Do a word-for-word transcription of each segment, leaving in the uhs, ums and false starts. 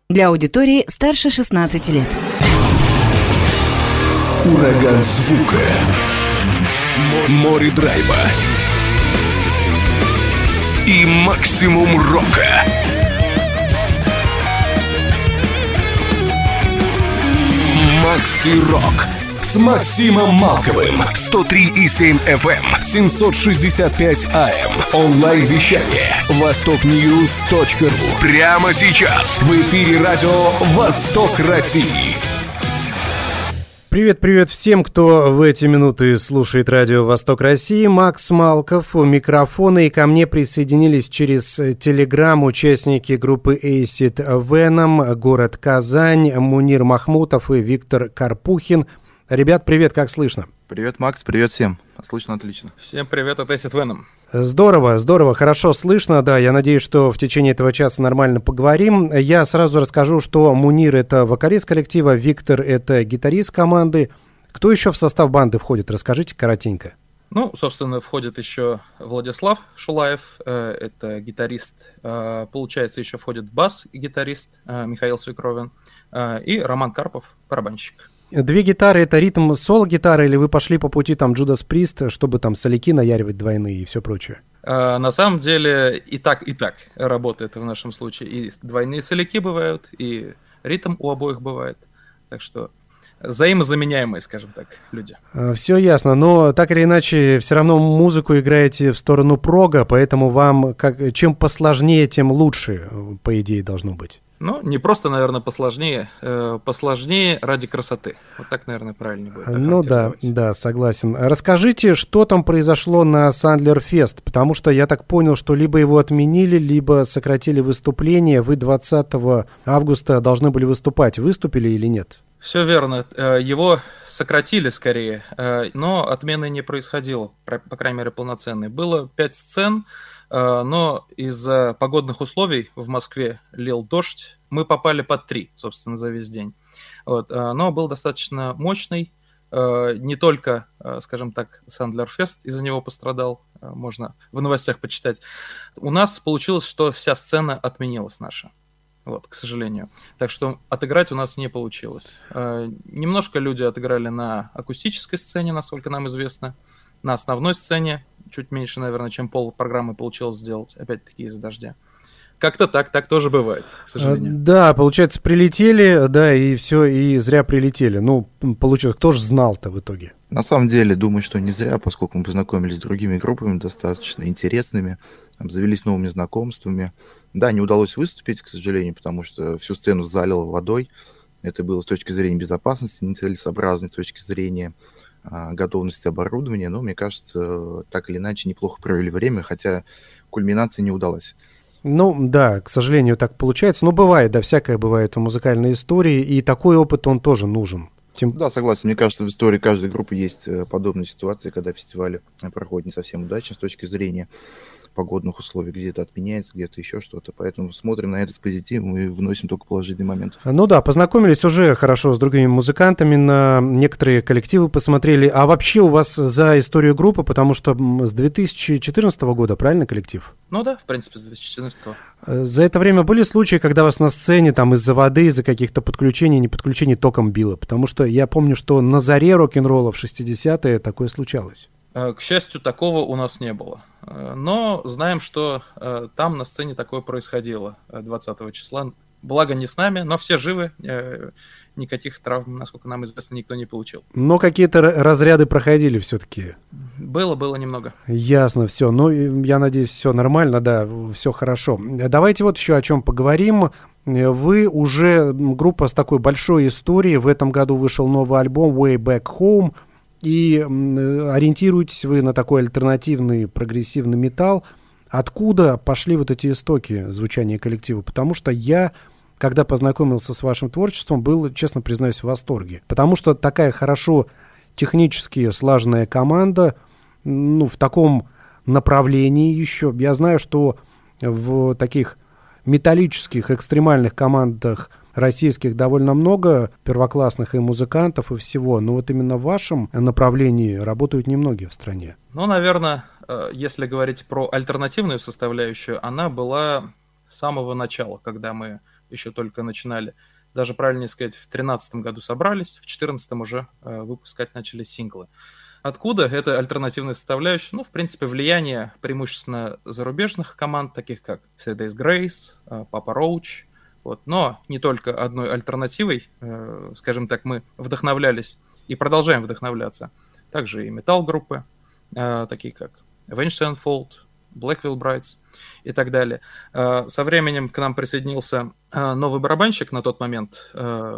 Для аудитории старше шестнадцати лет. Ураган звука. Море драйва. И максимум рока. Макси Рок с Максимом Малковым. сто три и семь эф эм, семьсот шестьдесят пять эй эм. Онлайн-вещание. восток ньюс точка ру. Прямо сейчас в эфире радио «Восток России». Привет-привет всем, кто в эти минуты слушает радио «Восток России». Макс Малков у микрофона, и ко мне присоединились через Телеграм участники группы Acid Venom, город Казань, Мунир Махмутов и Виктор Карпухин. Ребят, привет, как слышно? Привет, Макс, привет всем. Слышно отлично. Всем привет от Acid Venom. Здорово, здорово, хорошо слышно, да, я надеюсь, что в течение этого часа нормально поговорим. Я сразу расскажу, что Мунир — это вокалист коллектива, Виктор — это гитарист команды. Кто еще в состав банды входит? Расскажите коротенько. Ну, собственно, входит еще Владислав Шулаев, э, это гитарист. Э, получается, еще входит бас-гитарист э, Михаил Свекровин э, и Роман Карпов, барабанщик. Две гитары — это ритм соло-гитары, или вы пошли по пути там Judas Priest, чтобы там соляки наяривать двойные и все прочее? Э, на самом деле и так, и так работает в нашем случае. И двойные соляки бывают, и ритм у обоих бывает. Так что взаимозаменяемые, скажем так, люди. Все ясно, но так или иначе все равно музыку играете в сторону прога, поэтому вам как, чем посложнее, тем лучше, по идее, должно быть. Ну, не просто, наверное, посложнее, э, посложнее ради красоты. Вот так, наверное, правильнее будет. Ну да, да, согласен. Расскажите, что там произошло на Сандлер Фест, потому что я так понял, что либо его отменили, либо сократили выступление. Вы двадцатого августа должны были выступать. Выступили или нет? Все верно. Его сократили скорее, но отмены не происходило, по крайней мере, полноценной. Было пять сцен, но из-за погодных условий в Москве лил дождь, мы попали под три, собственно, за весь день. Вот. Но был достаточно мощный, не только, скажем так, Сандлер Фест из-за него пострадал, можно в новостях почитать. У нас получилось, что вся сцена отменилась наша. Вот, к сожалению. Так что отыграть у нас не получилось. Э, немножко люди отыграли на акустической сцене, насколько нам известно. На основной сцене чуть меньше, наверное, чем пол программы получилось сделать. Опять-таки из-за дождя. Как-то так, так тоже бывает, к сожалению. Да, получается, прилетели, да, и все, и зря прилетели. Ну, получилось, кто же знал-то в итоге? На самом деле, думаю, что не зря, поскольку мы познакомились с другими группами, достаточно интересными, обзавелись новыми знакомствами. Да, не удалось выступить, к сожалению, потому что всю сцену залило водой. Это было с точки зрения безопасности, нецелесообразно, с точки зрения а, готовности оборудования. Но, мне кажется, так или иначе неплохо провели время, хотя кульминация не удалась. Ну, да, к сожалению, так получается. Но бывает, да, всякое бывает в музыкальной истории, и такой опыт, он тоже нужен. Тем... Да, согласен. Мне кажется, в истории каждой группы есть подобные ситуации, когда фестивали проходят не совсем удачно с точки зрения погодных условий, где-то отменяется, где-то еще что-то. Поэтому смотрим на это с позитивом и вносим только положительный момент. Ну да, познакомились уже хорошо с другими музыкантами, на некоторые коллективы посмотрели. А вообще у вас за историю группы, потому что с две тысячи четырнадцатого года, правильно, коллектив? Ну да, в принципе, с две тысячи четырнадцатого. За это время были случаи, когда вас на сцене там из-за воды, из-за каких-то подключений, не подключений током било? Потому что я помню, что на заре рок-н-ролла в шестидесятые такое случалось. К счастью, такого у нас не было. Но знаем, что там на сцене такое происходило двадцатого числа. Благо не с нами, но все живы. Никаких травм, насколько нам известно, никто не получил. Но какие-то разряды проходили все-таки. Было, было немного. Ясно, все. Ну, я надеюсь, все нормально, да, все хорошо. Давайте вот еще о чем поговорим. Вы уже группа с такой большой историей. В этом году вышел новый альбом «Way Back Home». И ориентируетесь вы на такой альтернативный прогрессивный металл. Откуда пошли вот эти истоки звучания коллектива? Потому что я, когда познакомился с вашим творчеством, был, честно признаюсь, в восторге. Потому что такая хорошо технически слаженная команда, ну, в таком направлении еще. Я знаю, что в таких металлических, экстремальных командах российских довольно много первоклассных и музыкантов, и всего. Но вот именно в вашем направлении работают немногие в стране. Ну, наверное, если говорить про альтернативную составляющую, она была с самого начала, когда мы еще только начинали. Даже, правильнее сказать, в тринадцатом году собрались, в четырнадцатом уже э, выпускать начали синглы. Откуда? Это альтернативная составляющая. Ну, в принципе, влияние преимущественно зарубежных команд, таких как Three Days Grace, э, Papa Roach. Вот. Но не только одной альтернативой, э, скажем так, мы вдохновлялись и продолжаем вдохновляться. Также и метал-группы, э, такие как Avenged Sevenfold, Black Veil Brides и так далее. Со временем к нам присоединился новый барабанщик на тот момент,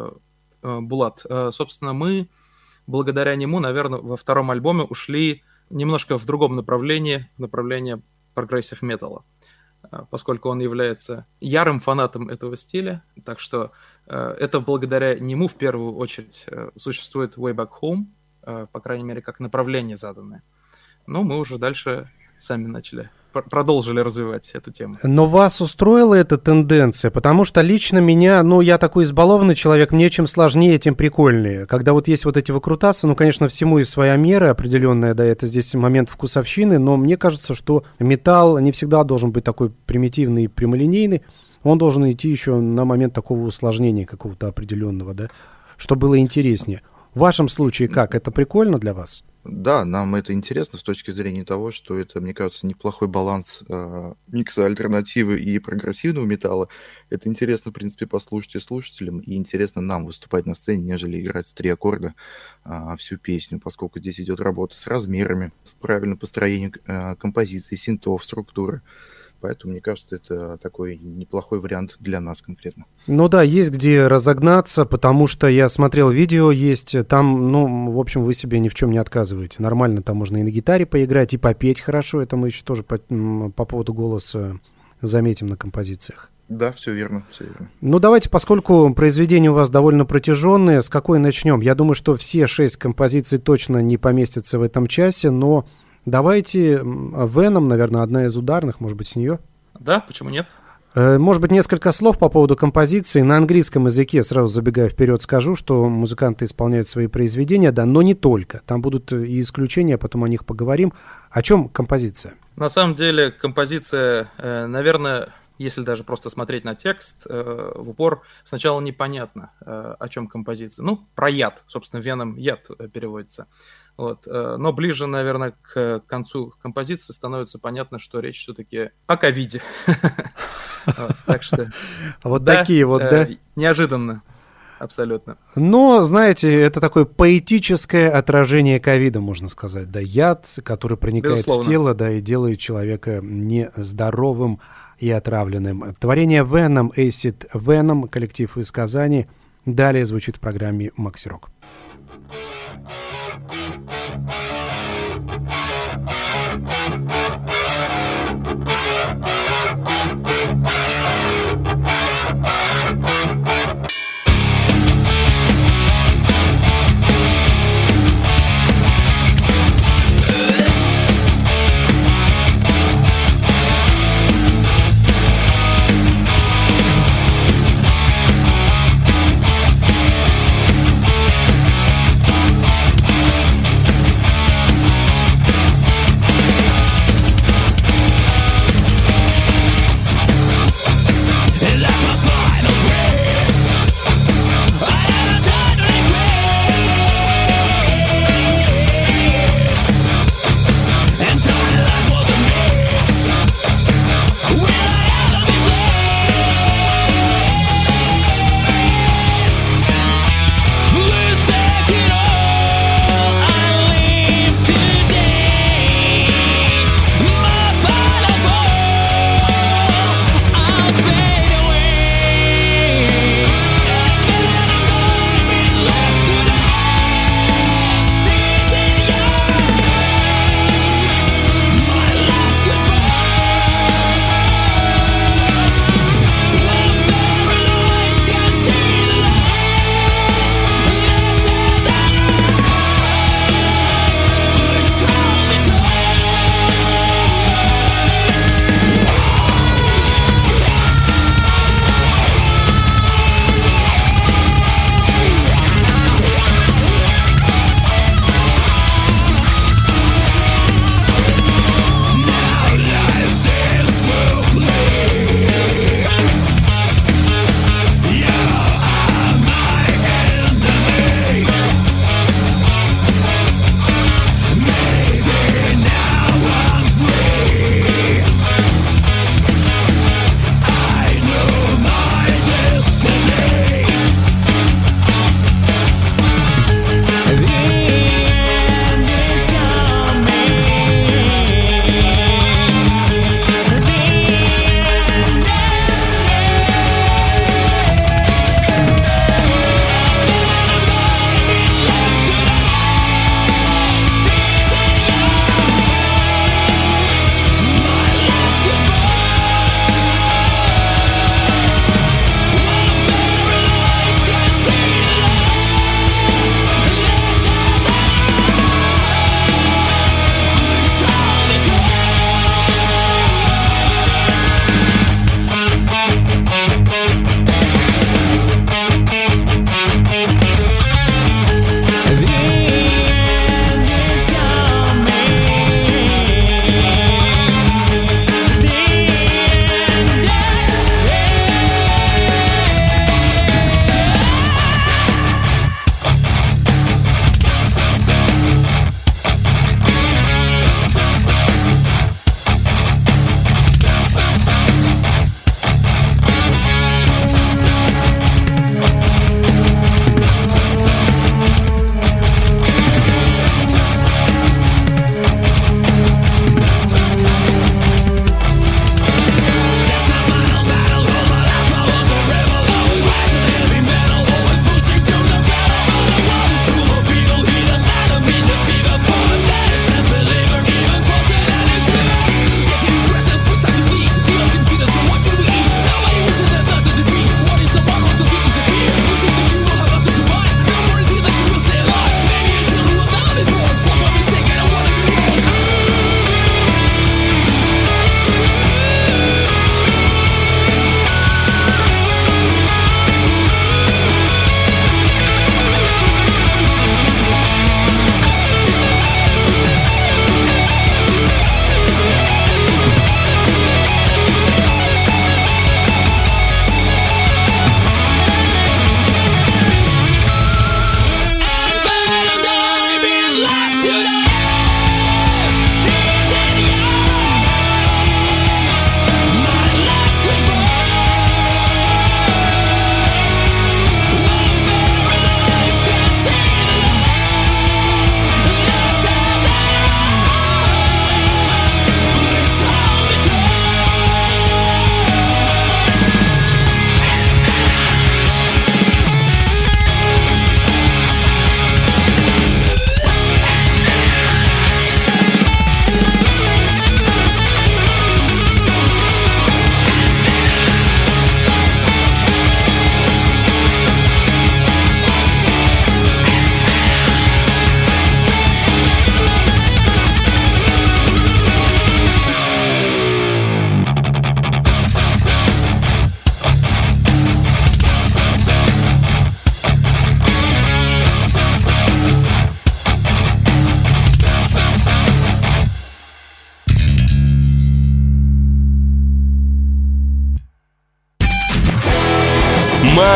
Булат. Собственно, мы, благодаря нему, наверное, во втором альбоме ушли немножко в другом направлении, в направлении прогрессив металла, поскольку он является ярым фанатом этого стиля. Так что это благодаря нему, в первую очередь, существует Way Back Home, по крайней мере, как направление заданное. Ну, мы уже дальше сами начали, продолжили развивать эту тему. Но вас устроила эта тенденция? Потому что лично меня, ну, я такой избалованный человек, мне чем сложнее, тем прикольнее. Когда вот есть вот эти выкрутасы, ну, конечно, всему есть своя мера определенная, да, это здесь момент вкусовщины, но мне кажется, что металл не всегда должен быть такой примитивный и прямолинейный, он должен идти еще на момент такого усложнения какого-то определенного, да, чтобы было интереснее. В вашем случае как? Это прикольно для вас? Да, нам это интересно с точки зрения того, что это, мне кажется, неплохой баланс э, микса альтернативы и прогрессивного металла. Это интересно, в принципе, послушать и слушателям, и интересно нам выступать на сцене, нежели играть с три аккорда э, всю песню, поскольку здесь идет работа с размерами, с правильным построением э, композиции, синтов, структуры. Поэтому, мне кажется, это такой неплохой вариант для нас конкретно. Ну да, есть где разогнаться, потому что я смотрел видео, есть там, ну, в общем, вы себе ни в чем не отказываете. Нормально, там можно и на гитаре поиграть, и попеть хорошо. Это мы еще тоже по, по поводу голоса заметим на композициях. Да, все верно, все верно. Ну, давайте, поскольку произведения у вас довольно протяженные, с какой начнем? Я думаю, что все шесть композиций точно не поместятся в этом часе, но... Давайте Venom, наверное, одна из ударных, может быть, с нее? Да, почему нет? Может быть, несколько слов по поводу композиции. На английском языке, сразу забегая вперед, скажу, что музыканты исполняют свои произведения, да, но не только. Там будут и исключения, потом о них поговорим. О чем композиция? На самом деле композиция, наверное, если даже просто смотреть на текст, в упор сначала непонятно, о чем композиция. Ну, про яд, собственно, Venom яд переводится. Вот. Но ближе, наверное, к концу композиции становится понятно, что речь все-таки о ковиде. Так что... Вот такие вот, да? Неожиданно. Абсолютно. Но, знаете, это такое поэтическое отражение ковида, можно сказать. Да, яд, который проникает Безусловно. в тело, да, и делает человека нездоровым и отравленным. Творение Venom, Acid Venom, коллектив из Казани. Далее звучит в программе «Макси Рок».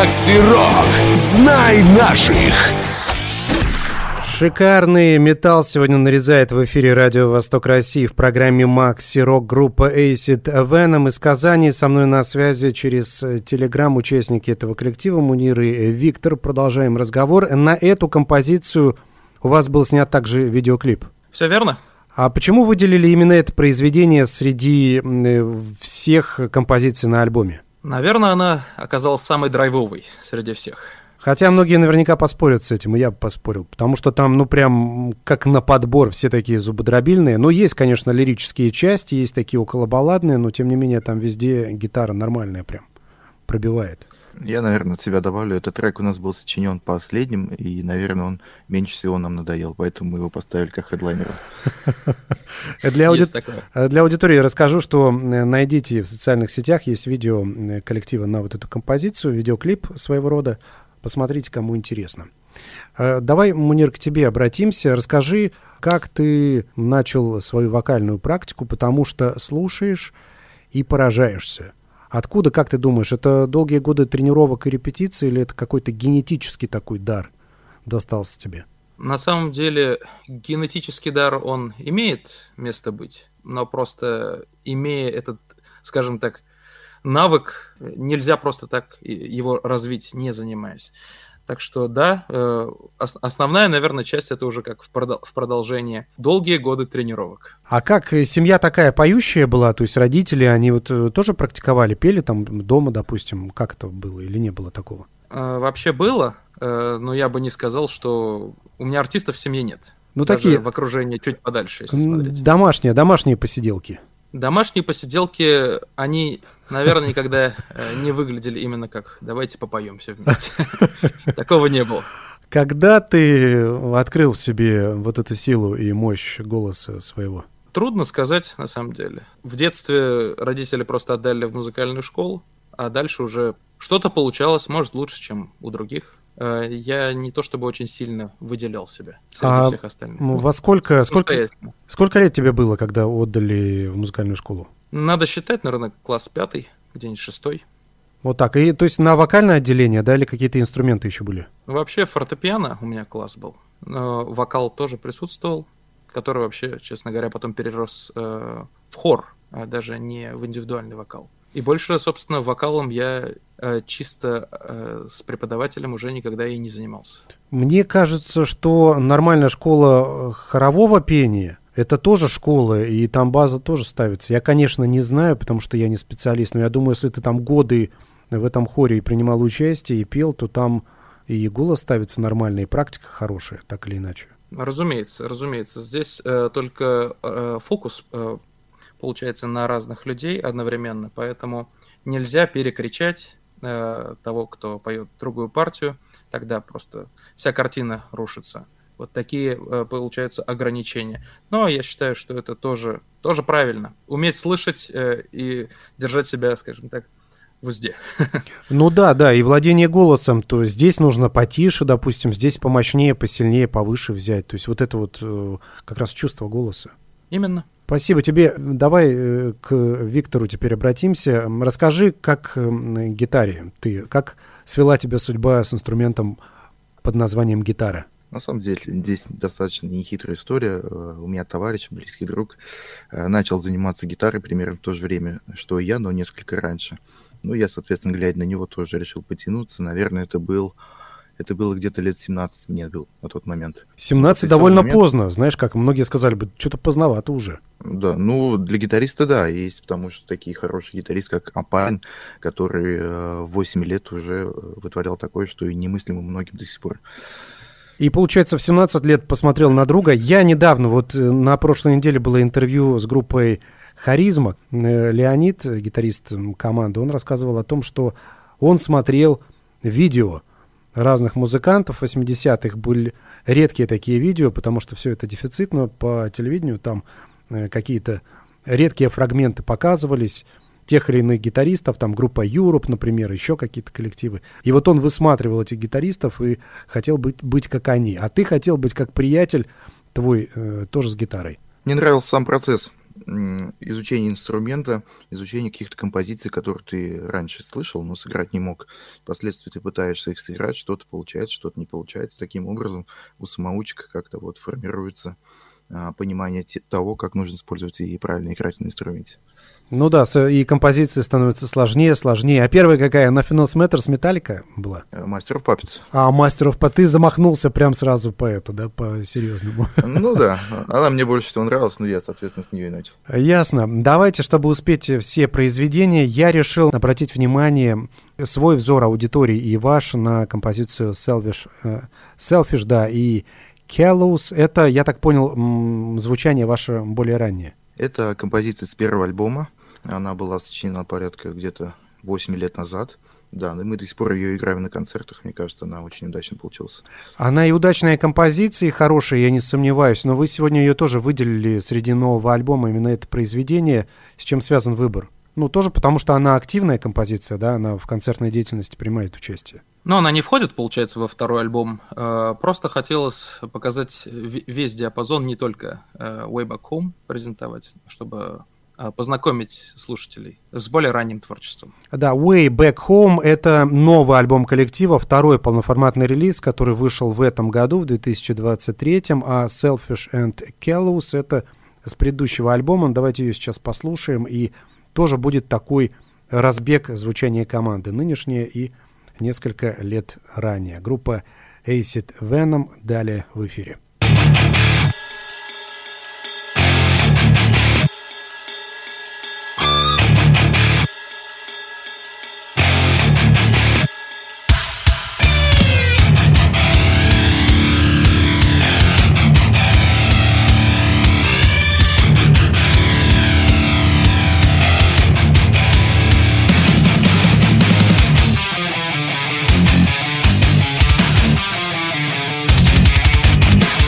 Макси Рок. Знай наших. Шикарный металл сегодня нарезает в эфире Радио Восток России в программе Макси Рок группа Acid Venom из Казани. Со мной на связи через Телеграм участники этого коллектива Мунир и Виктор. Продолжаем разговор. На эту композицию у вас был снят также видеоклип. Все верно. А почему выделили именно это произведение среди всех композиций на альбоме? Наверное, она оказалась самой драйвовой среди всех. Хотя многие наверняка поспорят с этим, и я бы поспорил, потому что там, ну, прям как на подбор все такие зубодробильные. Ну, есть, конечно, лирические части, есть такие околобалладные, но, тем не менее, там везде гитара нормальная прям пробивает. Я, наверное, от себя добавлю, этот трек у нас был сочинен последним, и, наверное, он меньше всего нам надоел, поэтому мы его поставили как хедлайнера. Для аудитории расскажу, что найдите в социальных сетях, есть видео коллектива на вот эту композицию, видеоклип своего рода. Посмотрите, кому интересно. Давай, Мунир, к тебе обратимся. Расскажи, как ты начал свою вокальную практику, потому что слушаешь и поражаешься. Откуда, как ты думаешь, это долгие годы тренировок и репетиций, или это какой-то генетический такой дар достался тебе? На самом деле, генетический дар, он имеет место быть, но просто имея этот, скажем так, навык, нельзя просто так его развить, не занимаясь. Так что да, основная, наверное, часть это уже как в продолжение долгие годы тренировок. А как семья такая поющая была? То есть родители, они вот тоже практиковали, пели там дома, допустим? Как это было или не было такого? Вообще было, но я бы не сказал, что у меня артистов в семье нет. Ну, даже такие... в окружении чуть подальше, если смотреть. Домашние, домашние посиделки. Домашние посиделки, они, наверное, никогда не выглядели именно как «давайте попоем все вместе». Такого не было. Когда ты открыл в себе вот эту силу и мощь голоса своего? Трудно сказать, на самом деле. В детстве родители просто отдали в музыкальную школу, а дальше уже что-то получалось, может, лучше, чем у других. Я не то чтобы очень сильно выделял себя среди а всех остальных. Во сколько, сколько, сколько лет тебе было, когда отдали в музыкальную школу? Надо считать, наверное, класс пятый, где-нибудь шестой. Вот так. И, то есть на вокальное отделение, да, или какие-то инструменты еще были? Вообще фортепиано у меня класс был. Но вокал тоже присутствовал, который вообще, честно говоря, потом перерос э, в хор, а даже не в индивидуальный вокал. И больше, собственно, вокалом я э, чисто э, с преподавателем уже никогда и не занимался. Мне кажется, что нормальная школа хорового пения – это тоже школа, и там база тоже ставится. Я, конечно, не знаю, потому что я не специалист, но я думаю, если ты там годы в этом хоре и принимал участие, и пел, то там и голос ставится нормально, и практика хорошая, так или иначе. Разумеется, разумеется. Здесь э, только э, фокус э, получается на разных людей одновременно, поэтому нельзя перекричать э, того, кто поет другую партию, тогда просто вся картина рушится. Вот такие э, получаются ограничения. Но я считаю, что это тоже, тоже правильно. Уметь слышать э, и держать себя, скажем так, в узде. Ну да, да, и владение голосом, то здесь нужно потише, допустим, здесь помощнее, посильнее, повыше взять. То есть вот это вот э, как раз чувство голоса. Именно. Спасибо тебе. Давай к Виктору теперь обратимся. Расскажи, как э, гитаре ты, как свела тебя судьба с инструментом под названием гитара? На самом деле, здесь достаточно нехитрая история. У меня товарищ, близкий друг, начал заниматься гитарой примерно в то же время, что и я, но несколько раньше. Ну, я, соответственно, глядя на него, тоже решил потянуться. Наверное, это был... Это было где-то лет семнадцать мне был на тот момент. семнадцать довольно момент... поздно, знаешь, как многие сказали бы, что-то поздновато уже. Да, ну, для гитариста, да, есть, потому что такие хорошие гитаристы, как Апайн, который в восемь лет уже вытворял такое, что и немыслимо многим до сих пор. И, получается, в семнадцать лет посмотрел на друга. Я недавно, вот на прошлой неделе было интервью с группой «Харизма». Леонид, гитарист команды, он рассказывал о том, что он смотрел видео разных музыкантов восьмидесятых. Были редкие такие видео, потому что все это дефицитно по телевидению. Там какие-то редкие фрагменты показывались тех или иных гитаристов, там группа Europe, например, еще какие-то коллективы. И вот он высматривал этих гитаристов и хотел быть, быть как они. А ты хотел быть как приятель твой, э, тоже с гитарой. Мне нравился сам процесс. изучение инструмента, изучение каких-то композиций, которые ты раньше слышал, но сыграть не мог. Впоследствии ты пытаешься их сыграть, что-то получается, что-то не получается. Таким образом у самоучка как-то вот формируется а, понимание те, того, как нужно использовать и правильно играть на инструменте. Ну да, и композиции становятся сложнее, сложнее. А первая какая? Nothing Else Matters, Metallica была? Master of Puppets. А, Master of Puppets. Ты замахнулся прям сразу по это, да, по-серьезному. Ну да, она мне больше всего нравилась, но я, соответственно, с нее и начал. Ясно. Давайте, чтобы успеть все произведения, я решил обратить внимание, свой взор аудитории и ваш на композицию Selfish, Selfish, да, и Callous. Это, я так понял, звучание ваше более раннее. Это композиция с первого альбома. Она была сочинена порядка где-то восемь лет назад. Да, и мы до сих пор ее играем на концертах. Мне кажется, она очень удачно получилась. Она и удачная композиция, и хорошая, я не сомневаюсь. Но вы сегодня ее тоже выделили среди нового альбома, именно это произведение. С чем связан выбор? Ну, тоже потому, что она активная композиция, да, она в концертной деятельности принимает участие. Но она не входит, получается, во второй альбом. Просто хотелось показать весь диапазон, не только Way Back Home презентовать, чтобы познакомить слушателей с более ранним творчеством. Да, Way Back Home — это новый альбом коллектива, второй полноформатный релиз, который вышел в этом году, в две тысячи двадцать третьем, а Selfish and Callous — это с предыдущего альбома. Давайте ее сейчас послушаем, и тоже будет такой разбег звучания команды, нынешняя и несколько лет ранее. Группа Acid Venom далее в эфире. We'll be right back.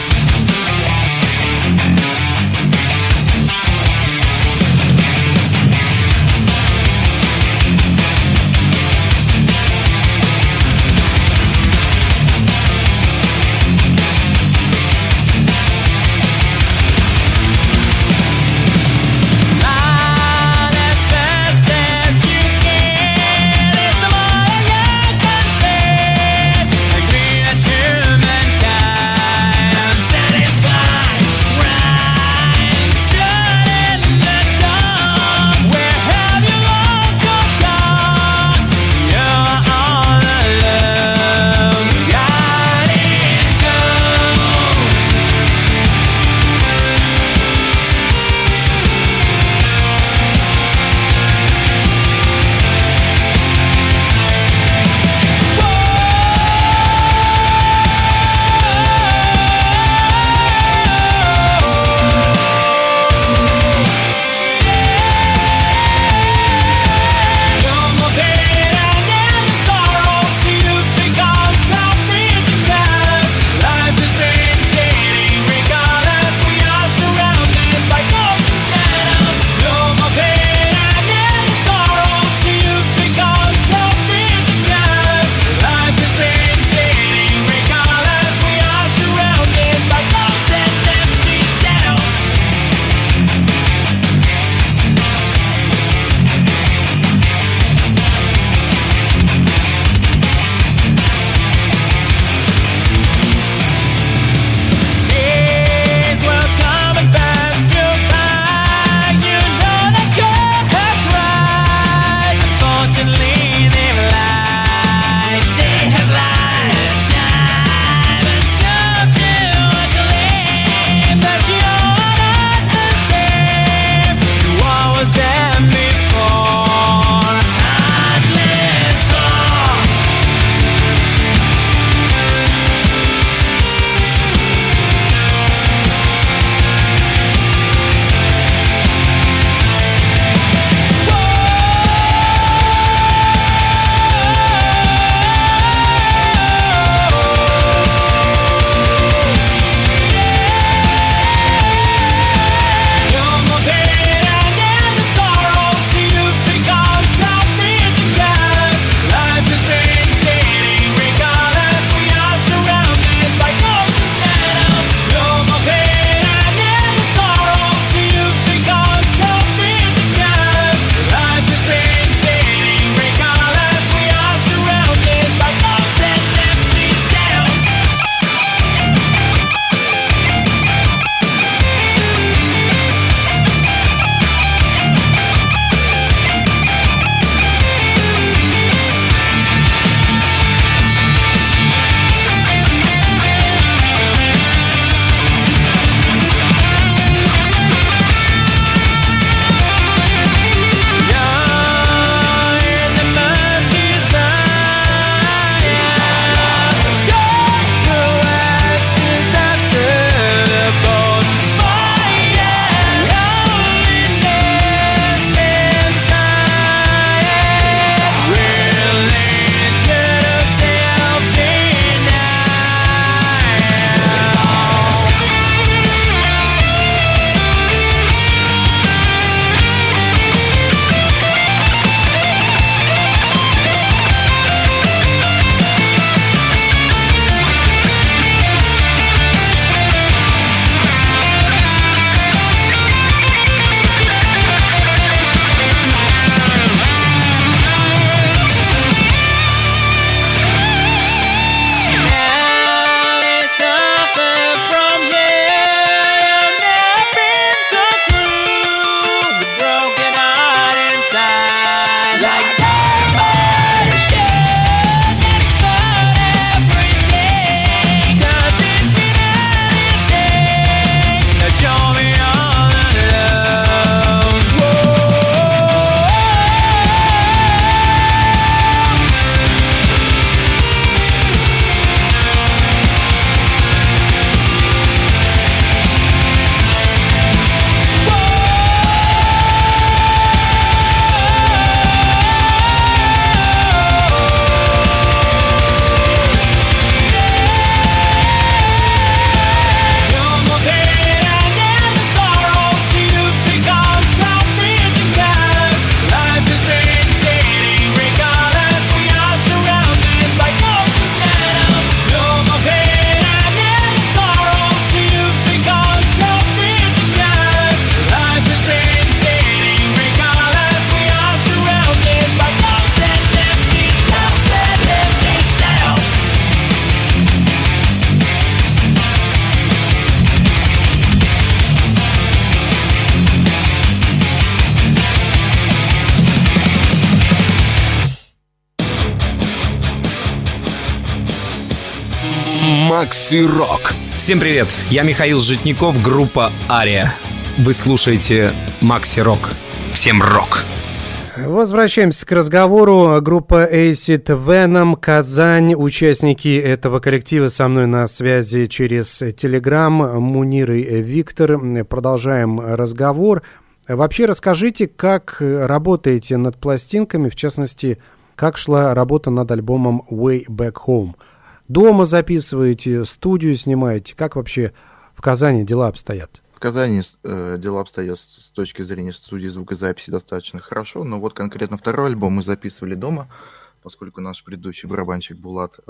Макси Рок. Всем привет, я Михаил Житников, группа Ария. Вы слушаете Макси Рок. Всем рок! Возвращаемся к разговору. Группа Acid Venom, Казань. Участники этого коллектива со мной на связи через Telegram. Мунир и Виктор. Продолжаем разговор. Вообще расскажите, как работаете над пластинками, в частности, как шла работа над альбомом Way Back Home. Дома записываете, студию снимаете. Как вообще в Казани дела обстоят? В Казани э, дела обстоят с точки зрения студии звукозаписи достаточно хорошо, но вот конкретно второй альбом мы записывали дома, поскольку наш предыдущий барабанщик Булат, э,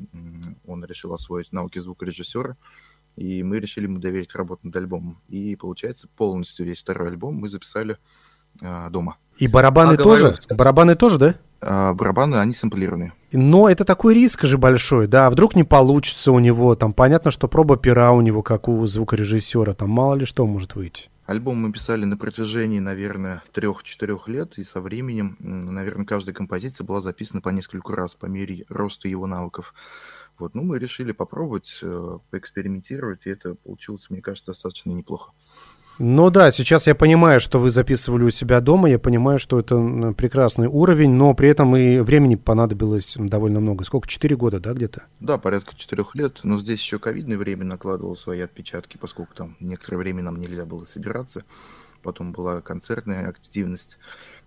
он решил освоить навыки звукорежиссера, и мы решили ему доверить работу над альбомом. И получается, полностью весь второй альбом мы записали э, дома. И барабаны а тоже? Говорю, барабаны тоже, да? А, барабаны, они сэмплированные. Но это такой риск же большой, да, вдруг не получится у него, там понятно, что проба пера у него, как у звукорежиссера, там мало ли что может выйти. Альбом мы писали на протяжении, наверное, трех-четырех лет, и со временем, наверное, каждая композиция была записана по нескольку раз, по мере роста его навыков. Вот, ну, мы решили попробовать, поэкспериментировать, и это получилось, мне кажется, достаточно неплохо. Ну да, сейчас я понимаю, что вы записывали у себя дома, я понимаю, что это прекрасный уровень, но при этом и времени понадобилось довольно много. Сколько, четыре года, да, где-то? Да, порядка четырех лет, но здесь еще ковидное время накладывало свои отпечатки, поскольку там некоторое время нам нельзя было собираться, потом была концертная активность.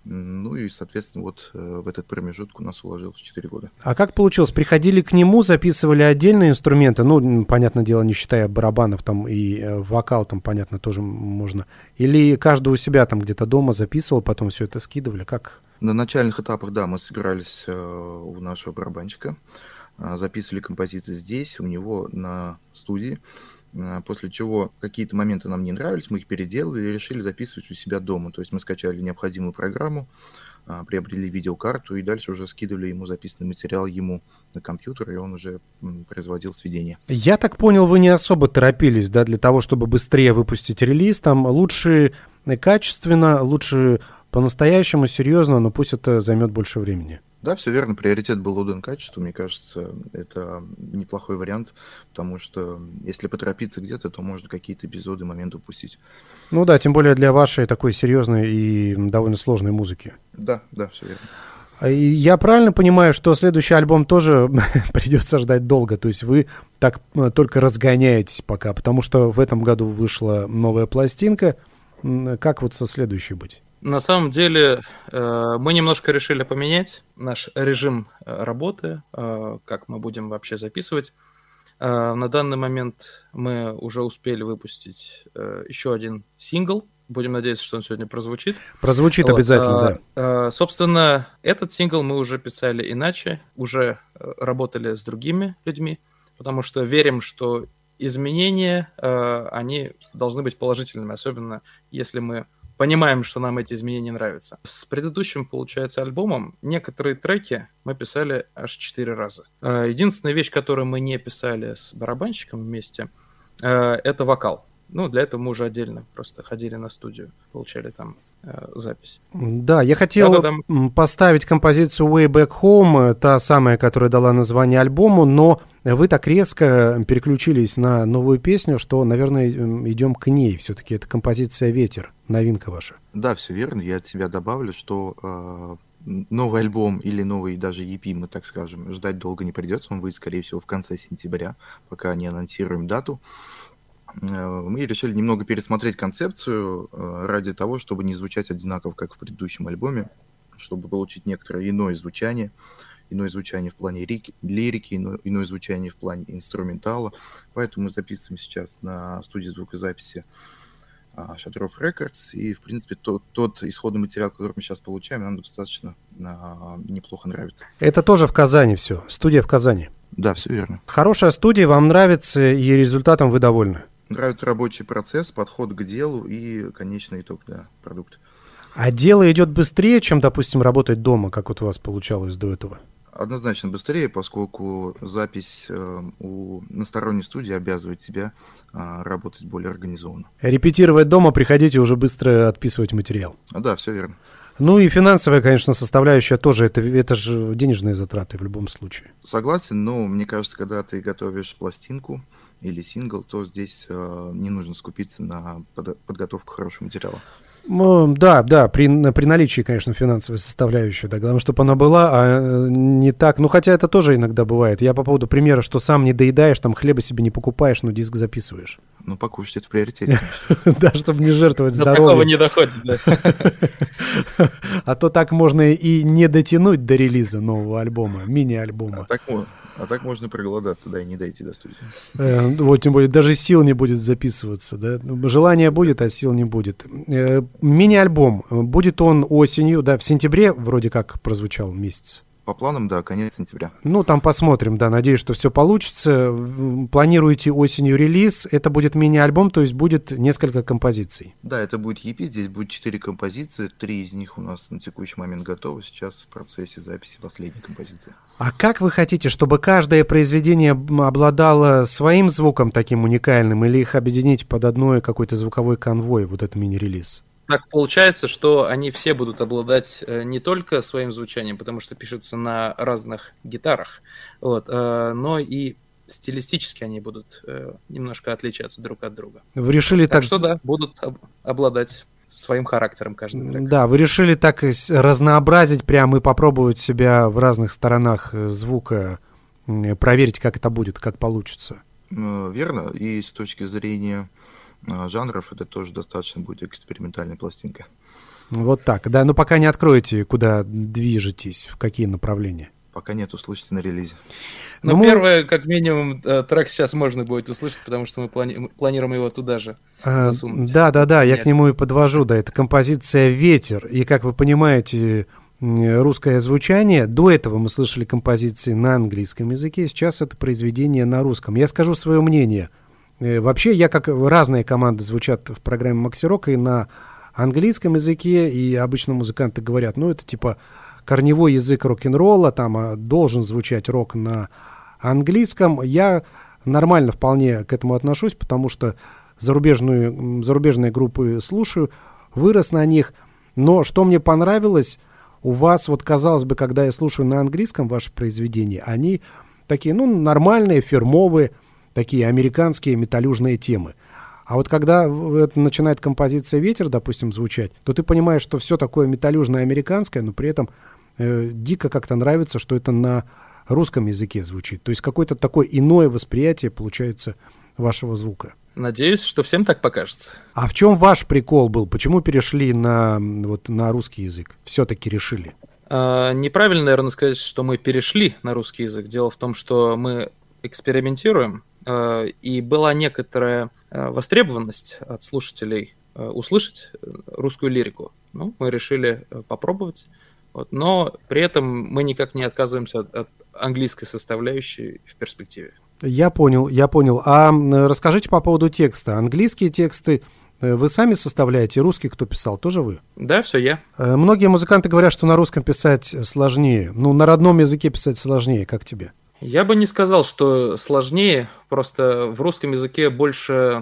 Ну и, соответственно, вот в этот промежуток у нас уложилось четыре года. А как получилось? Приходили к нему, записывали отдельные инструменты, ну, понятное дело, не считая барабанов там и вокал там, понятно, тоже можно. Или каждый у себя там где-то дома записывал, потом все это скидывали? Как? На начальных этапах, да, мы собирались у нашего барабанщика, записывали композиции здесь, у него на студии. После чего какие-то моменты нам не нравились, мы их переделали и решили записывать у себя дома. То есть мы скачали необходимую программу, приобрели видеокарту и дальше уже скидывали ему записанный материал ему на компьютер, и он уже производил сведения. Я так понял, вы не особо торопились, да, для того, чтобы быстрее выпустить релиз. Там лучше качественно, лучше по-настоящему, серьезно, но пусть это займет больше времени. Да, все верно, приоритет был отдан качеству, мне кажется, это неплохой вариант, потому что если поторопиться где-то, то можно какие-то эпизоды, моменты упустить. Ну да, тем более для вашей такой серьезной и довольно сложной музыки. Да, да, все верно. И я правильно понимаю, что следующий альбом тоже придется ждать долго, то есть вы так только разгоняетесь пока, потому что в этом году вышла новая пластинка, как вот со следующей быть? На самом деле мы немножко решили поменять наш режим работы, как мы будем вообще записывать. На данный момент мы уже успели выпустить еще один сингл. Будем надеяться, что он сегодня прозвучит. Прозвучит вот. Обязательно, да. Собственно, этот сингл мы уже писали иначе, уже работали с другими людьми, потому что верим, что изменения, они должны быть положительными, особенно если мы понимаем, что нам эти изменения нравятся. С предыдущим, получается, альбомом некоторые треки мы писали аж четыре раза. Единственная вещь, которую мы не писали с барабанщиком вместе, это вокал. Ну, для этого мы уже отдельно просто ходили на студию, получали там э, запись. Да, я хотел Да-да-да. поставить композицию Way Back Home, та самая, которая дала название альбому, но вы так резко переключились на новую песню, что, наверное, идем к ней. Все-таки это композиция «Ветер», новинка ваша. Да, все верно. Я от себя добавлю, что э, новый альбом или новый даже и пи, мы так скажем, ждать долго не придется. Он выйдет, скорее всего, в конце сентября, пока не анонсируем дату. Мы решили немного пересмотреть концепцию ради того, чтобы не звучать одинаково, как в предыдущем альбоме, чтобы получить некоторое иное звучание, иное звучание в плане лирики, иное, иное звучание в плане инструментала. Поэтому мы записываем сейчас на студии звукозаписи Шатров Records, и, в принципе, тот, тот исходный материал, который мы сейчас получаем, нам достаточно а, неплохо нравится. Это тоже в Казани все, студия в Казани? Да, все верно. Хорошая студия, вам нравится, и результатом вы довольны? Нравится рабочий процесс, подход к делу и конечный итог, да, продукт. А дело идет быстрее, чем, допустим, работать дома, как вот у вас получалось до этого? Однозначно быстрее, поскольку запись э, у, на сторонней студии обязывает тебя э, работать более организованно. Репетировать дома, приходите уже быстро отписывать материал. А, да, все верно. Ну и финансовая, конечно, составляющая тоже, это, это же денежные затраты в любом случае. Согласен, но мне кажется, когда ты готовишь пластинку или сингл, то здесь э, не нужно скупиться на под, подготовку хорошего материала. Да, да, при, при наличии, конечно, финансовой составляющей, да, главное, чтобы она была, а не так, ну, хотя это тоже иногда бывает. Я по поводу примера, что сам не доедаешь, там хлеба себе не покупаешь, но диск записываешь. Ну, покушать это в приоритете. Да, чтобы не жертвовать здоровьем. До такого не доходит, да. А то так можно и не дотянуть до релиза нового альбома, мини-альбома. А так можно проголодаться, да, и не дойти до студии. Э, вот, тем более, даже сил не будет записываться, да. Желание будет, а сил не будет. Э, мини-альбом, будет он осенью, да, в сентябре вроде как прозвучал месяц. По планам, да, конец сентября. Ну, там посмотрим, да, надеюсь, что все получится. Планируете осенью релиз, это будет мини-альбом, то есть будет несколько композиций. Да, это будет и пи, здесь будет четыре композиции, три из них у нас на текущий момент готовы, сейчас в процессе записи последней композиции. А как вы хотите, чтобы каждое произведение обладало своим звуком таким уникальным, или их объединить под одной какой-то звуковой конвой, вот этот мини-релиз? Так получается, что они все будут обладать не только своим звучанием, потому что пишутся на разных гитарах, вот, но и стилистически они будут немножко отличаться друг от друга. Вы решили так... Так что да, будут обладать своим характером каждый трек. Да, вы решили так разнообразить прямо и попробовать себя в разных сторонах звука, проверить, как это будет, как получится. Верно, и с точки зрения жанров это тоже достаточно будет экспериментальная пластинка. Вот так, да, но пока не откроете, куда движетесь, в какие направления. Пока нет, услышите на релизе. Но ну, первое, как минимум, трек сейчас можно будет услышать, потому что мы плани- планируем его туда же засунуть. Да, да, да, я Нет. к нему и подвожу, да, это композиция «Ветер», и, как вы понимаете, русское звучание. До этого мы слышали композиции на английском языке, сейчас это произведение на русском. Я скажу свое мнение. Вообще, я как разные команды звучат в программе Макси Рок и на английском языке, и обычно музыканты говорят, ну, это типа корневой язык рок-н-ролла, там должен звучать рок на английском. Я нормально вполне к этому отношусь, потому что зарубежную, зарубежные группы слушаю, вырос на них. Но что мне понравилось, у вас, вот казалось бы, когда я слушаю на английском ваши произведения, они такие, ну, нормальные, фирмовые, такие американские металлюжные темы. А вот когда начинает композиция «Ветер», допустим, звучать, то ты понимаешь, что все такое металлюжное американское, но при этом э, дико как-то нравится, что это на русском языке звучит. То есть какое-то такое иное восприятие получается вашего звука. Надеюсь, что всем так покажется. А в чем ваш прикол был? Почему перешли на, вот, на русский язык? Все-таки решили. А, неправильно, наверное, сказать, что мы перешли на русский язык. Дело в том, что мы экспериментируем, и была некоторая востребованность от слушателей услышать русскую лирику. Ну, мы решили попробовать, вот, но при этом мы никак не отказываемся от, от английской составляющей в перспективе. Я понял, я понял. А расскажите по поводу текста. Английские тексты вы сами составляете, русский кто писал, тоже вы? Да, все я. Многие музыканты говорят, что на русском писать сложнее. Ну, на родном языке писать сложнее. Как тебе? Я бы не сказал, что сложнее, просто в русском языке больше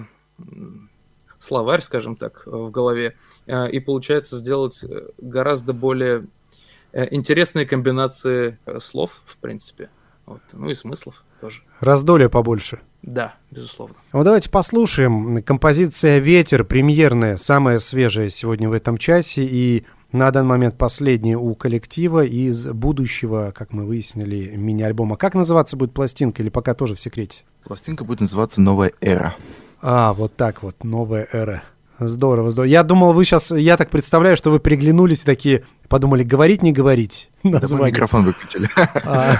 словарь, скажем так, в голове, и получается сделать гораздо более интересные комбинации слов, в принципе, вот. Ну и смыслов тоже. Раздолье побольше. Да, безусловно. Вот давайте послушаем. Композиция «Ветер», премьерная, самая свежая сегодня в этом часе, и на данный момент последняя у коллектива из будущего, как мы выяснили, мини-альбома. Как называться будет пластинка, или пока тоже в секрете? Пластинка будет называться «Новая эра». А, вот так вот, «Новая эра». Здорово, здорово. Я думал, вы сейчас, я так представляю, что вы переглянулись и такие, подумали, говорить, не говорить. Да, мы микрофон выключили. А,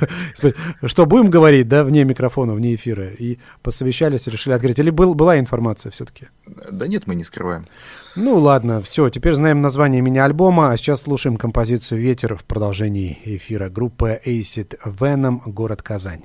что, будем говорить, да, вне микрофона, вне эфира? И посовещались, решили открыть. Или был, была информация все-таки? Да нет, мы не скрываем. Ну ладно, все, теперь знаем название мини-альбома, а сейчас слушаем композицию «Ветер» в продолжении эфира. Группа Acid Venom, город Казань.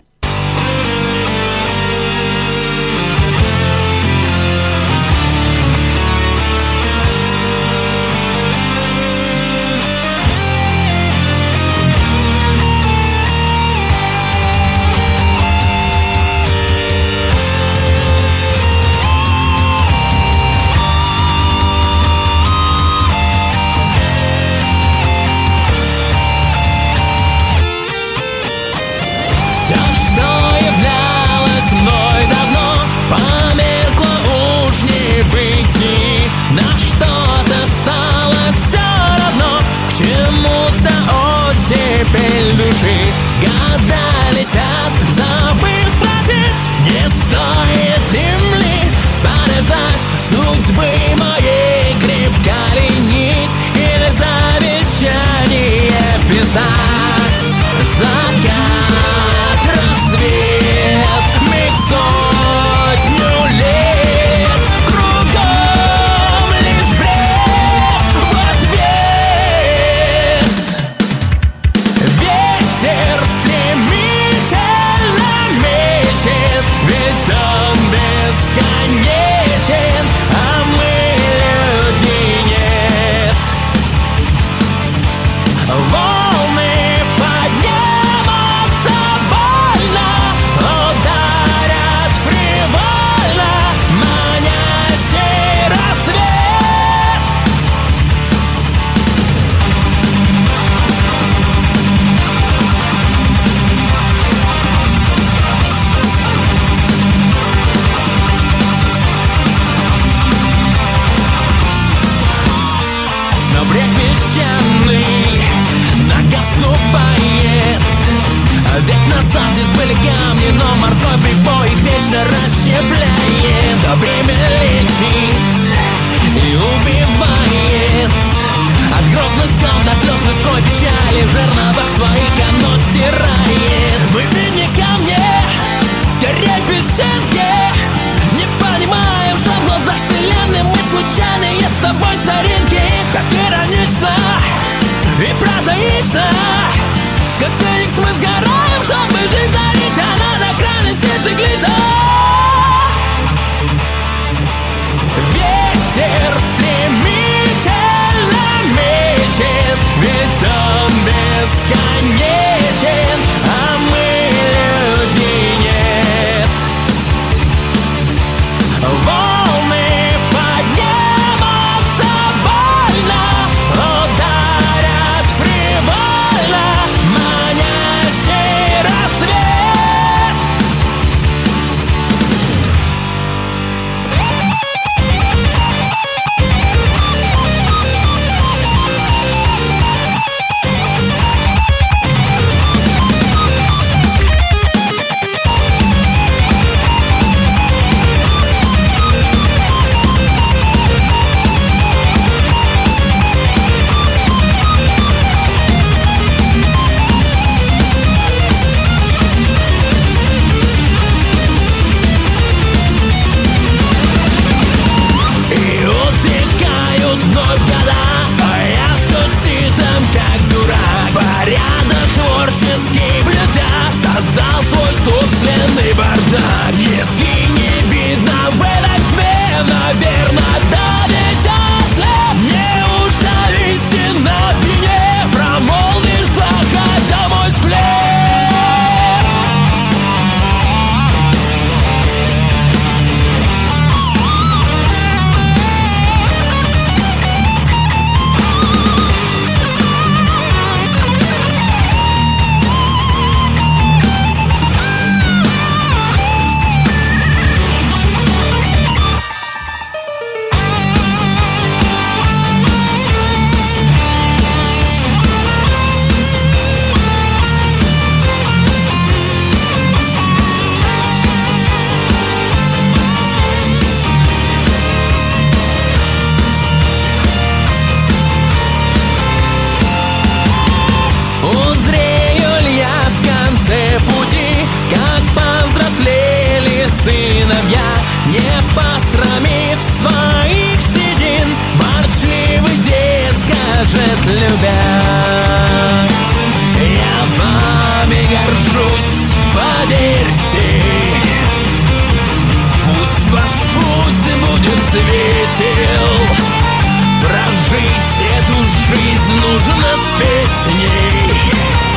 светил. Прожить эту жизнь нужно с песней.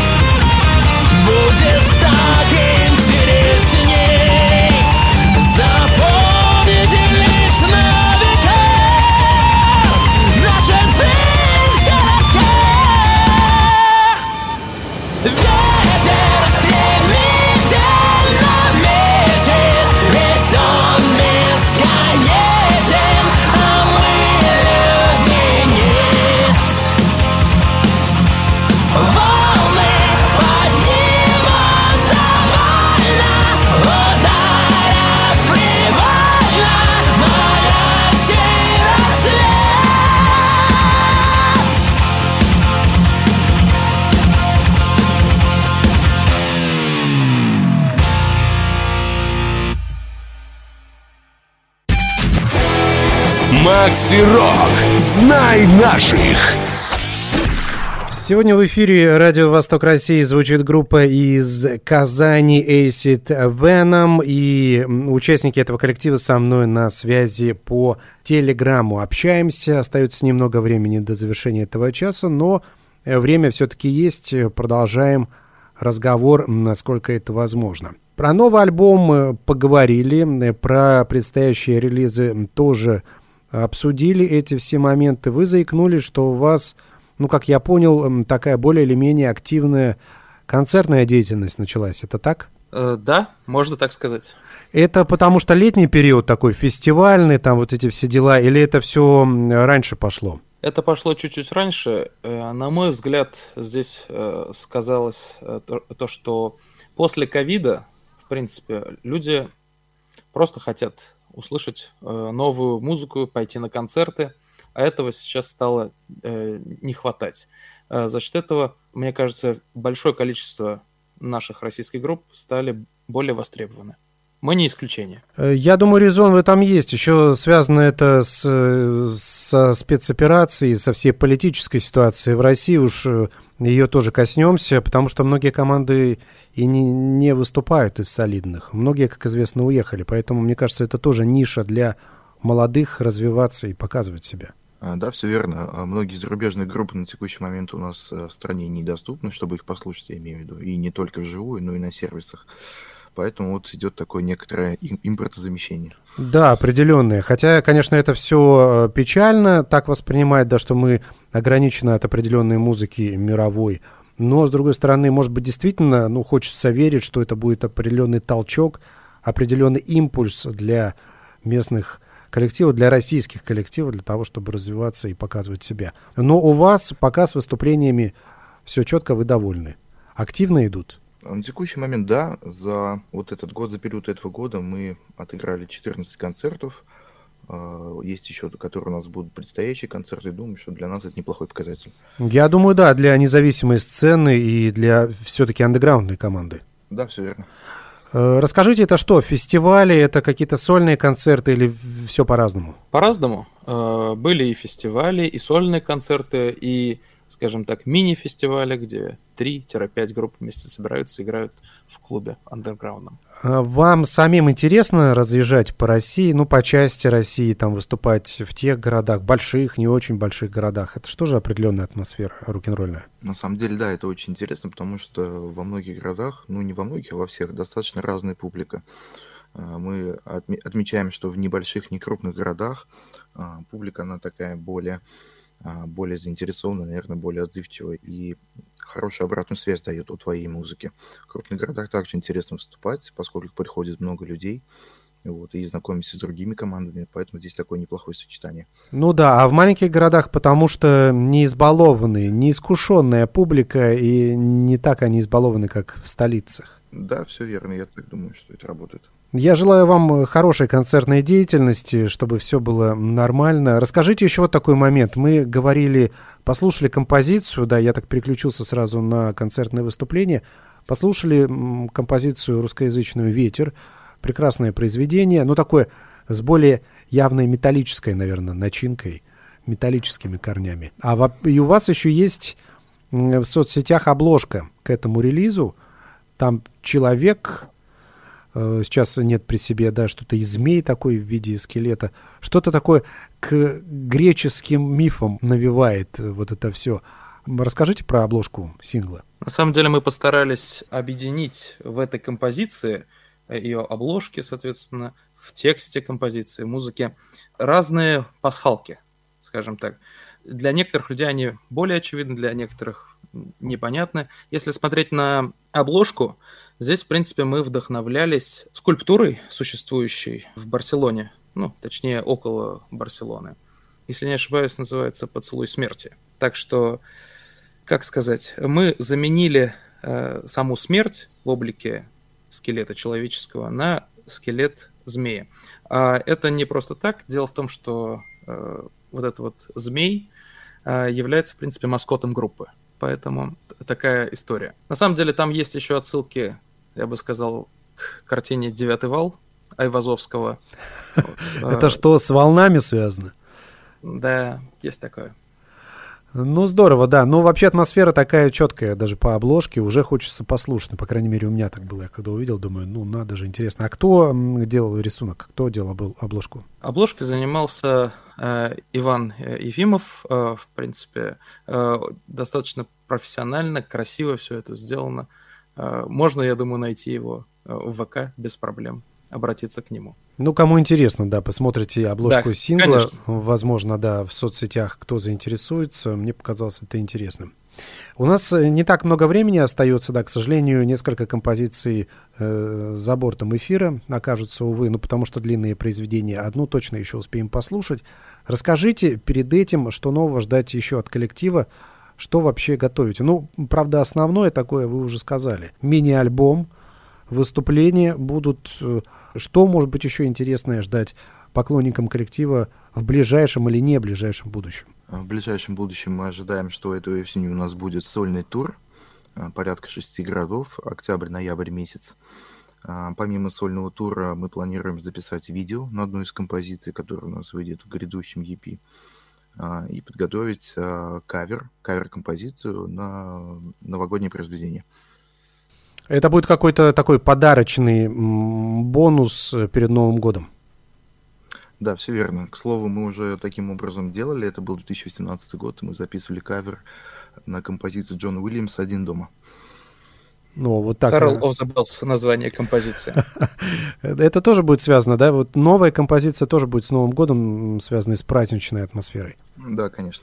Будет так интересней. Запомните лишь на века наша жизнь в городке. Ветер стремительно мечет, ведь он бесконечен, а мы люди нет. Волны поднимутся вольно, ударят фривольно, горячий рассвет. Макси Рок. Знай наших. Сегодня в эфире Радио Восток России звучит группа из Казани Acid Venom, и участники этого коллектива со мной на связи по телеграмму. Общаемся, остается немного времени до завершения этого часа, но время все-таки есть, продолжаем разговор, насколько это возможно. Про новый альбом мы поговорили, про предстоящие релизы тоже обсудили эти все моменты. Вы заикнулись, что у вас, ну, как я понял, такая более или менее активная концертная деятельность началась. Это так? Э, да, можно так сказать. Это потому что летний период такой, фестивальный, там вот эти все дела, или это все раньше пошло? Это пошло чуть-чуть раньше. Э, на мой взгляд, здесь э, сказалось э, то, то, что после ковида, в принципе, люди просто хотят услышать э, новую музыку, пойти на концерты, а этого сейчас стало э, не хватать. Э, за счет этого, мне кажется, большое количество наших российских групп стали более востребованы. Мы не исключение. Я думаю, резон в этом есть. Еще связано это с, со спецоперацией, со всей политической ситуацией в России. Уж ее тоже коснемся, потому что многие команды и не, не выступают из солидных. Многие, как известно, уехали. Поэтому, мне кажется, это тоже ниша для молодых развиваться и показывать себя. Да, все верно. Многие зарубежные группы на текущий момент у нас в стране недоступны, чтобы их послушать, я имею в виду. И не только вживую, но и на сервисах. Поэтому вот идет такое некоторое импортозамещение. Да, определенное. Хотя, конечно, это все печально так воспринимать, да, что мы ограничены от определенной музыки мировой. Но, с другой стороны, может быть, действительно, ну, хочется верить, что это будет определенный толчок, определенный импульс для местных коллективов, для российских коллективов, для того, чтобы развиваться и показывать себя. Но у вас пока с выступлениями все четко, вы довольны. Активно идут? На текущий момент, да. За вот этот год, за период этого года мы отыграли четырнадцать концертов. Есть еще, которые у нас будут предстоящие концерты. Думаю, что для нас это неплохой показатель. Я думаю, да, для независимой сцены и для все-таки андеграундной команды. Да, все верно. Расскажите, это что, фестивали, это какие-то сольные концерты или все по-разному? По-разному. Были и фестивали, и сольные концерты, и, скажем так, мини-фестивали, где три-пять групп вместе собираются, играют в клубе андерграундном. Вам самим интересно разъезжать по России, ну, по части России, там, выступать в тех городах, больших, не очень больших городах? Это что же определенная атмосфера рок-н-ролльная? На самом деле, да, это очень интересно, потому что во многих городах, ну, не во многих, а во всех, достаточно разная публика. Мы отмечаем, что в небольших, не крупных городах публика, она такая более... более заинтересованная, наверное, более отзывчивая и хорошую обратную связь дает о твоей музыке. В крупных городах также интересно выступать, поскольку приходит много людей, вот, и знакомимся с другими командами, поэтому здесь такое неплохое сочетание. Ну да, а в маленьких городах, потому что не избалованные, не искушенная публика, и не так они избалованы, как в столицах. Да, все верно, я так думаю, что это работает. Я желаю вам хорошей концертной деятельности, чтобы все было нормально. Расскажите еще вот такой момент. Мы говорили, послушали композицию, да, я так переключился сразу на концертное выступление, послушали композицию русскоязычную «Ветер», прекрасное произведение, но такое с более явной металлической, наверное, начинкой, металлическими корнями. А в, и у вас еще есть в соцсетях обложка к этому релизу. Там человек э, сейчас нет при себе, да, что-то из змей такой в виде скелета. Что-то такое к греческим мифам навевает э, вот это все. Расскажите про обложку сингла. На самом деле мы постарались объединить в этой композиции, ее обложки, соответственно, в тексте композиции, музыке, разные пасхалки, скажем так. Для некоторых людей они более очевидны, для некоторых непонятны. Если смотреть на обложку, здесь, в принципе, мы вдохновлялись скульптурой, существующей в Барселоне, ну, точнее, около Барселоны. Если не ошибаюсь, называется «Поцелуй смерти». Так что, как сказать, мы заменили э, саму смерть в облике скелета человеческого на скелет змея. А это не просто так. Дело в том, что э, вот этот вот змей э, является, в принципе, маскотом группы. Поэтому такая история. На самом деле там есть еще отсылки, я бы сказал, к картине «Девятый вал» Айвазовского. Это что, с волнами связано? Да, есть такое. Ну, здорово, да. Ну, вообще атмосфера такая четкая, даже по обложке. Уже хочется послушать. Ну, по крайней мере, у меня так было. Я когда увидел, думаю, ну, надо же, интересно. А кто делал рисунок? Кто делал обложку? Обложкой занимался э, Иван Ефимов. Э, в принципе, э, достаточно профессионально, красиво все это сделано. Э, можно, я думаю, найти его в ВК без проблем, обратиться к нему. Ну, кому интересно, да, посмотрите обложку да, сингла. Конечно. Возможно, да, в соцсетях, кто заинтересуется. Мне показалось это интересным. У нас не так много времени остается, да, к сожалению, несколько композиций э, за бортом эфира окажутся, увы, ну, потому что длинные произведения. Одну точно еще успеем послушать. Расскажите перед этим, что нового ждать еще от коллектива, что вообще готовите. Ну, правда, основное такое вы уже сказали. Мини-альбом, выступления будут. Что, может быть, еще интересное ждать поклонникам коллектива в ближайшем или не ближайшем будущем? В ближайшем будущем мы ожидаем, что этой осенью у нас будет сольный тур, порядка шести городов, октябрь-ноябрь месяц. Помимо сольного тура мы планируем записать видео на одну из композиций, которая у нас выйдет в грядущем и пи, и подготовить кавер, кавер-композицию на новогоднее произведение. Это будет какой-то такой подарочный бонус перед Новым годом. Да, все верно. К слову, мы уже таким образом делали. Это был две тысячи восемнадцатый год, и мы записывали кавер на композицию Джона Уильямса «Один дома». Ну, вот так. Carol of the Bells, название композиции. Это тоже будет связано, да? Вот новая композиция тоже будет с Новым годом, связанная с праздничной атмосферой. Да, конечно.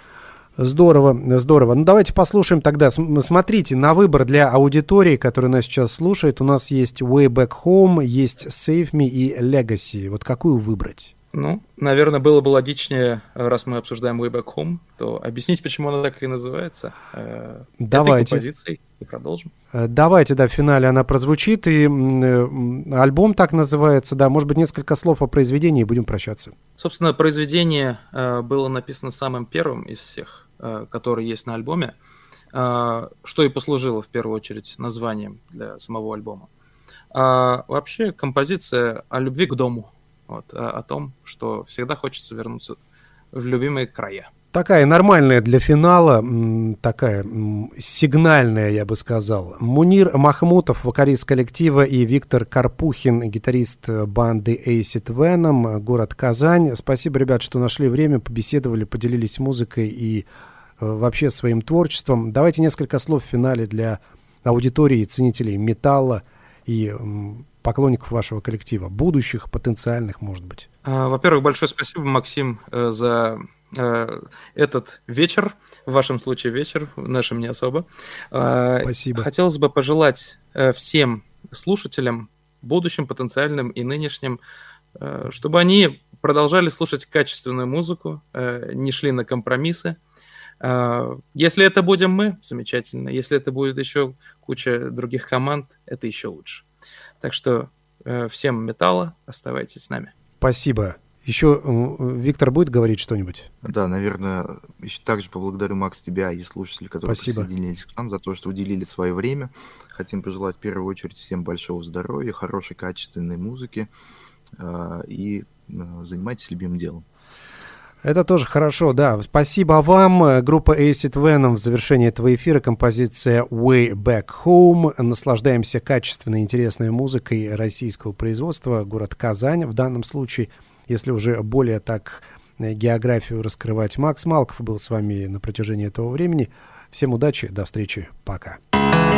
Здорово, здорово. Ну, давайте послушаем тогда. Смотрите, на выбор для аудитории, которая нас сейчас слушает, у нас есть Way Back Home, есть Save Me и Legacy. Вот какую выбрать? Ну, наверное, было бы логичнее, раз мы обсуждаем Way Back Home, то объяснить, почему она так и называется. Э, Давайте. Этой композицией и продолжим. Давайте, да, в финале она прозвучит, и э, альбом так называется, да, может быть, несколько слов о произведении, и будем прощаться. Собственно, произведение э, было написано самым первым из всех, э, которые есть на альбоме, э, что и послужило в первую очередь названием для самого альбома. А вообще композиция о любви к дому, вот, о, о том, что всегда хочется вернуться в любимые края. Такая нормальная для финала, такая сигнальная, я бы сказал. Мунир Махмутов, вокалист коллектива, и Виктор Карпухин, гитарист банды Acid Venom, город Казань. Спасибо, ребят, что нашли время, побеседовали, поделились музыкой и вообще своим творчеством. Давайте несколько слов в финале для аудитории, ценителей металла и поклонников вашего коллектива, будущих, потенциальных, может быть. Во-первых, большое спасибо, Максим, за этот вечер, в вашем случае вечер, в нашем не особо. Спасибо. Хотелось бы пожелать всем слушателям, будущим, потенциальным и нынешним, чтобы они продолжали слушать качественную музыку, не шли на компромиссы. Если это будем мы, замечательно. Если это будет еще куча других команд, это еще лучше. Так что всем металла, оставайтесь с нами. Спасибо. Еще Виктор будет говорить что-нибудь? Да, наверное, еще также поблагодарю, Макс, тебя и слушателей, которые Спасибо. присоединились к нам, за то, что уделили свое время. Хотим пожелать в первую очередь всем большого здоровья, хорошей, качественной музыки э, и э, занимайтесь любимым делом. Это тоже хорошо, да. Спасибо вам. Группа Acid Venom в завершении этого эфира. Композиция Way Back Home. Наслаждаемся качественной, интересной музыкой российского производства. Город Казань в данном случае. Если уже более так географию раскрывать. Макс Малков был с вами на протяжении этого времени. Всем удачи, до встречи, пока.